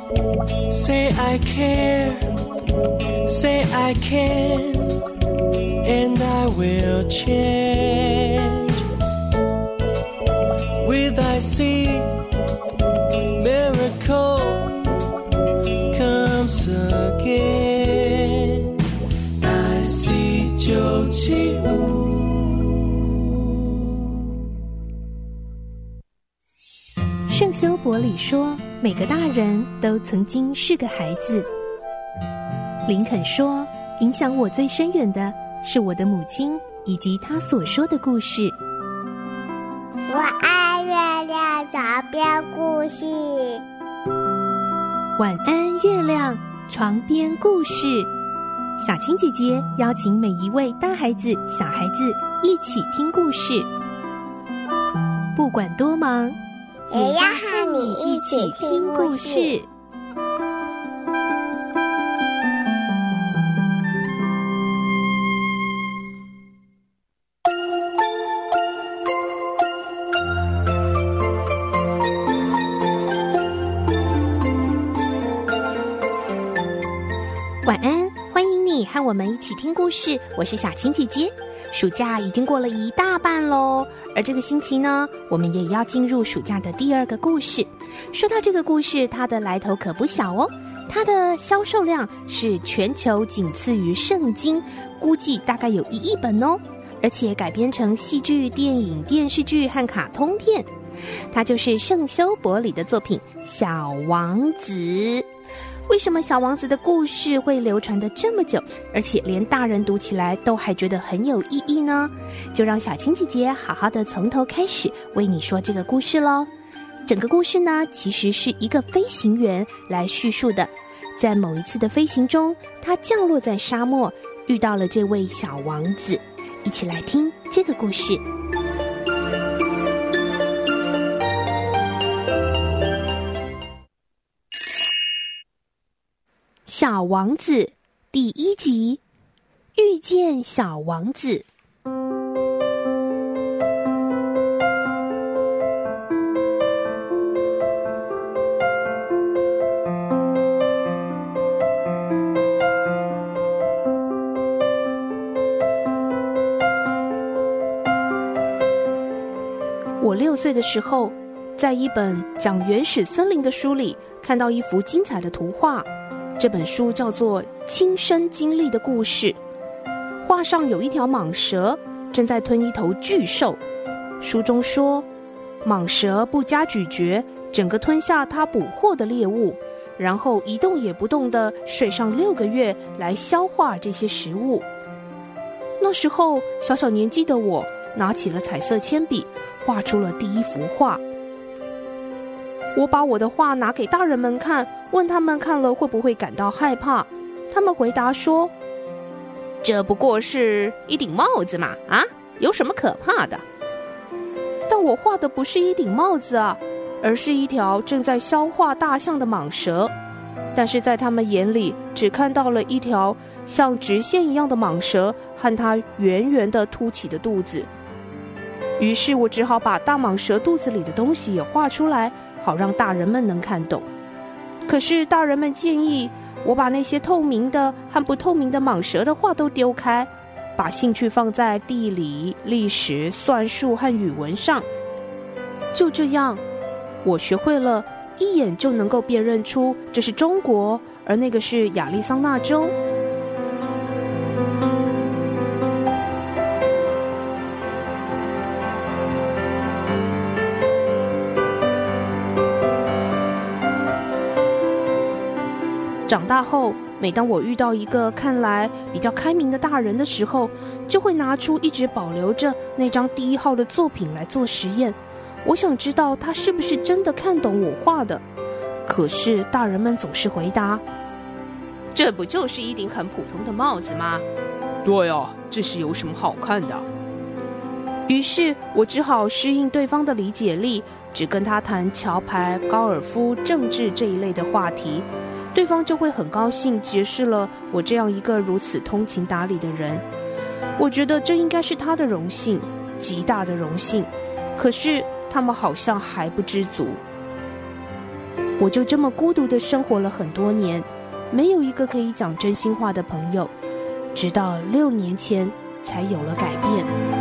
Say I care, say I can, and I will change. Will I see miracle comes again? I see 975。 圣修伯里说，每个大人都曾经是个孩子。林肯说，影响我最深远的是我的母亲以及她所说的故事。 我爱月亮床边故事。 晚安，月亮床边故事。小青姐姐邀请每一位大孩子、小孩子一起听故事，不管多忙， 也要和你一起听故事。 晚安，欢迎你和我们一起听故事，我是小青姐姐。暑假已经过了一大半咯，而这个星期呢，我们也要进入暑假的第二个故事。说到这个故事，它的来头可不小哦，它的销售量是全球仅次于圣经，估计大概有1亿本哦，而且改编成戏剧、电影、电视剧和卡通片。它就是圣修伯里的作品《小王子》。为什么小王子的故事会流传得这么久，而且连大人读起来都还觉得很有意义呢？就让小青姐姐好好的从头开始为你说这个故事咯。整个故事呢，其实是一个飞行员来叙述的。在某一次的飞行中，他降落在沙漠，遇到了这位小王子。一起来听这个故事。小王子第1集，遇见小王子。我6岁的时候，在一本讲原始森林的书里，看到一幅精彩的图画。这本书叫做《亲身经历的故事》，画上有一条蟒蛇正在吞一头巨兽。书中说，蟒蛇不加咀嚼，整个吞下它捕获的猎物，然后一动也不动地睡上6个月来消化这些食物。那时候小小年纪的我拿起了彩色铅笔，画出了第1幅画。我把我的画拿给大人们看，问他们看了会不会感到害怕。他们回答说，这不过是一顶帽子嘛，有什么可怕的？但我画的不是一顶帽子啊，而是一条正在消化大象的蟒蛇。但是在他们眼里，只看到了一条像直线一样的蟒蛇和它圆圆的凸起的肚子。于是我只好把大蟒蛇肚子里的东西也画出来，好让大人们能看懂。可是大人们建议我把那些透明的和不透明的蟒蛇的画都丢开，把兴趣放在地理、历史、算术和语文上。就这样，我学会了一眼就能够辨认出这是中国，而那个是亚利桑那州。长大后，每当我遇到一个看来比较开明的大人的时候，就会拿出一直保留着那张第1号的作品来做实验。我想知道他是不是真的看懂我画的。可是大人们总是回答，这不就是一顶很普通的帽子吗？ 对啊，这是有什么好看的？ 于是我只好适应对方的理解力，只跟他谈桥牌、高尔夫、政治这一类的话题，对方就会很高兴结识了我这样一个如此通情达理的人。我觉得这应该是他的荣幸，极大的荣幸。可是他们好像还不知足。 我就这么孤独地生活了很多年，没有一个可以讲真心话的朋友，直到6年前才有了改变。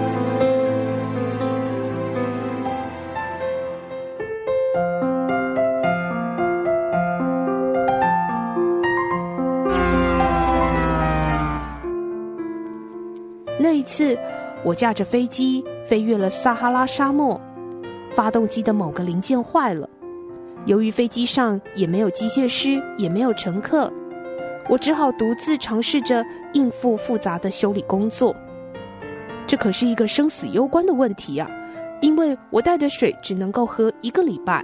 那一次，我驾着飞机飞越了撒哈拉沙漠，发动机的某个零件坏了。由于飞机上也没有机械师，也没有乘客，我只好独自尝试着应付复杂的修理工作。这可是一个生死攸关的问题啊，因为我带的水只能够喝1个礼拜。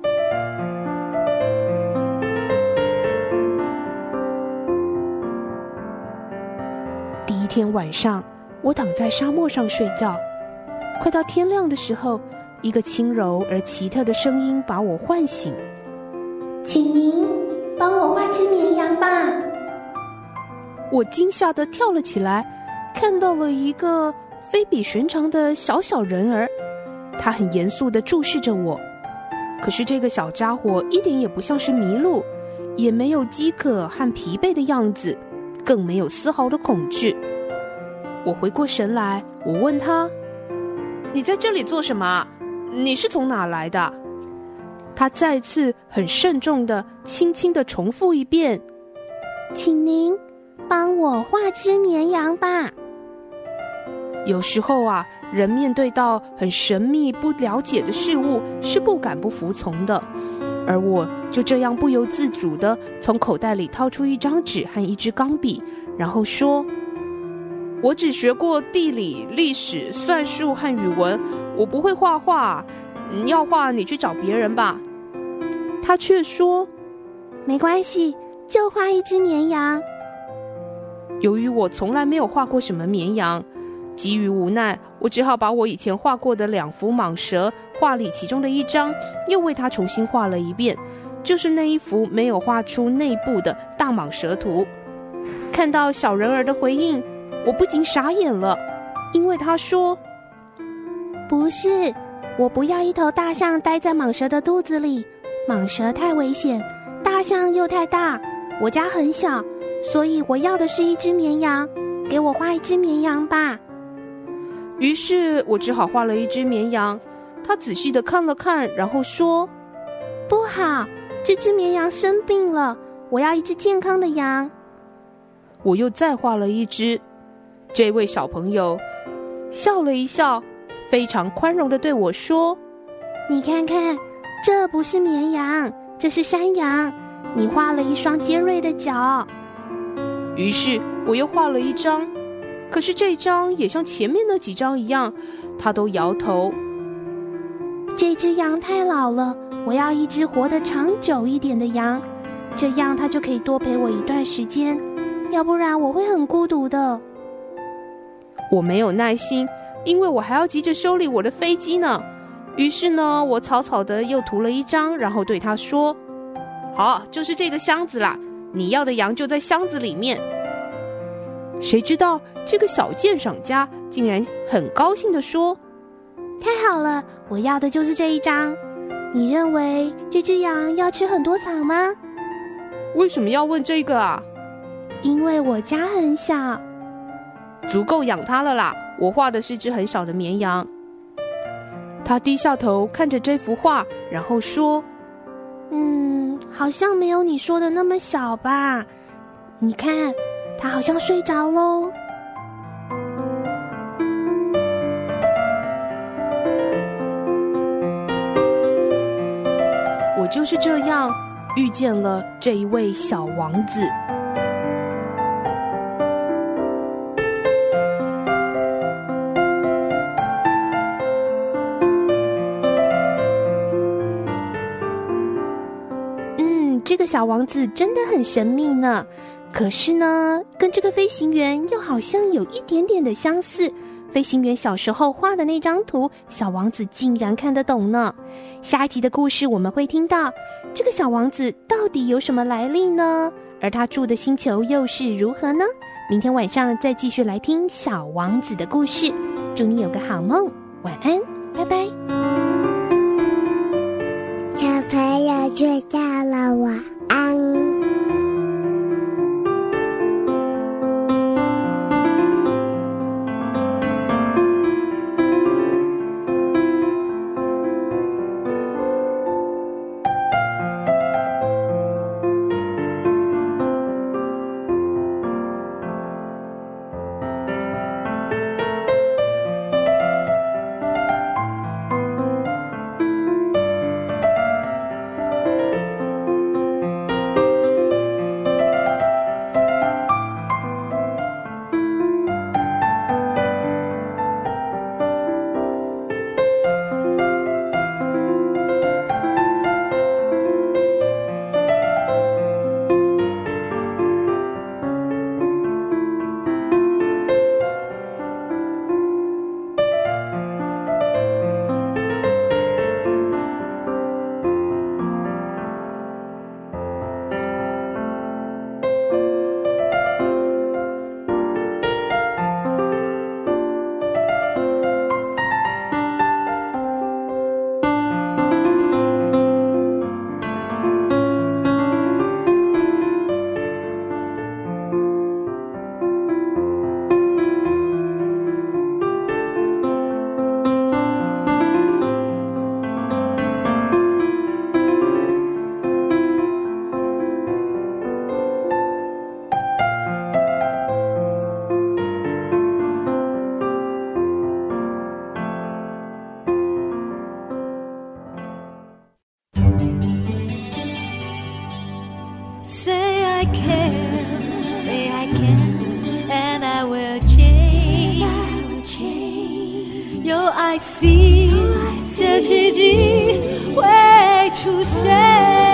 第一天晚上，我躺在沙漠上睡觉，快到天亮的时候，一个轻柔而奇特的声音把我唤醒。 请您帮我画只绵羊吧。 我惊吓地跳了起来，看到了一个非比寻常的小小人儿，他很严肃地注视着我。可是这个小家伙一点也不像是迷路，也没有饥渴和疲惫的样子，更没有丝毫的恐惧。我回过神来，我问他：你在这里做什么？你是从哪来的？他再次很慎重地轻轻地重复一遍： 请您帮我画只绵羊吧。 有时候啊，人面对到很神秘不了解的事物是不敢不服从的，而我就这样不由自主地从口袋里掏出一张纸和一支钢笔，然后说：我只学过地理、历史、算术和语文，我不会画画，要画你去找别人吧。他却说： 没关系，就画一只绵羊。 由于我从来没有画过什么绵羊，基于无奈，我只好把我以前画过的2幅蟒蛇画里其中的一张，又为它重新画了一遍，就是那一幅没有画出内部的大蟒蛇图。看到小人儿的回应，我不禁傻眼了，因为他说： 不是，我不要一头大象待在蟒蛇的肚子里，蟒蛇太危险，大象又太大，我家很小，所以我要的是一只绵羊，给我画一只绵羊吧。 于是我只好画了一只绵羊。他仔细地看了看，然后说： 不好，这只绵羊生病了，我要一只健康的羊。 我又再画了一只。这位小朋友笑了一笑，非常宽容地对我说： 你看看，这不是绵羊，这是山羊，你画了一双尖锐的角。 于是我又画了一张，可是这张也像前面那几张一样，他都摇头。 这只羊太老了，我要一只活得长久一点的羊，这样它就可以多陪我一段时间，要不然我会很孤独的。 我没有耐心，因为我还要急着修理我的飞机呢。于是呢，我草草的又涂了一张，然后对他说：好，就是这个箱子啦，你要的羊就在箱子里面。谁知道这个小鉴赏家竟然很高兴地说： 太好了，我要的就是这一张。你认为这只羊要吃很多草吗？ 为什么要问这个啊？ 因为我家很小。 足够养它了啦，我画的是只很小的绵羊。他低下头看着这幅画，然后说： 好像没有你说的那么小吧。你看，它好像睡着咯。 我就是这样遇见了这一位小王子。这个小王子真的很神秘呢，可是呢，跟这个飞行员又好像有一点点的相似。飞行员小时候画的那张图，小王子竟然看得懂呢。下一集的故事我们会听到，这个小王子到底有什么来历呢？而他住的星球又是如何呢？明天晚上再继续来听小王子的故事。祝你有个好梦，晚安，拜拜。 小朋友要睡觉了，晚安。 Say I care, say I can, and I will change.有爱 see 这奇迹会出现。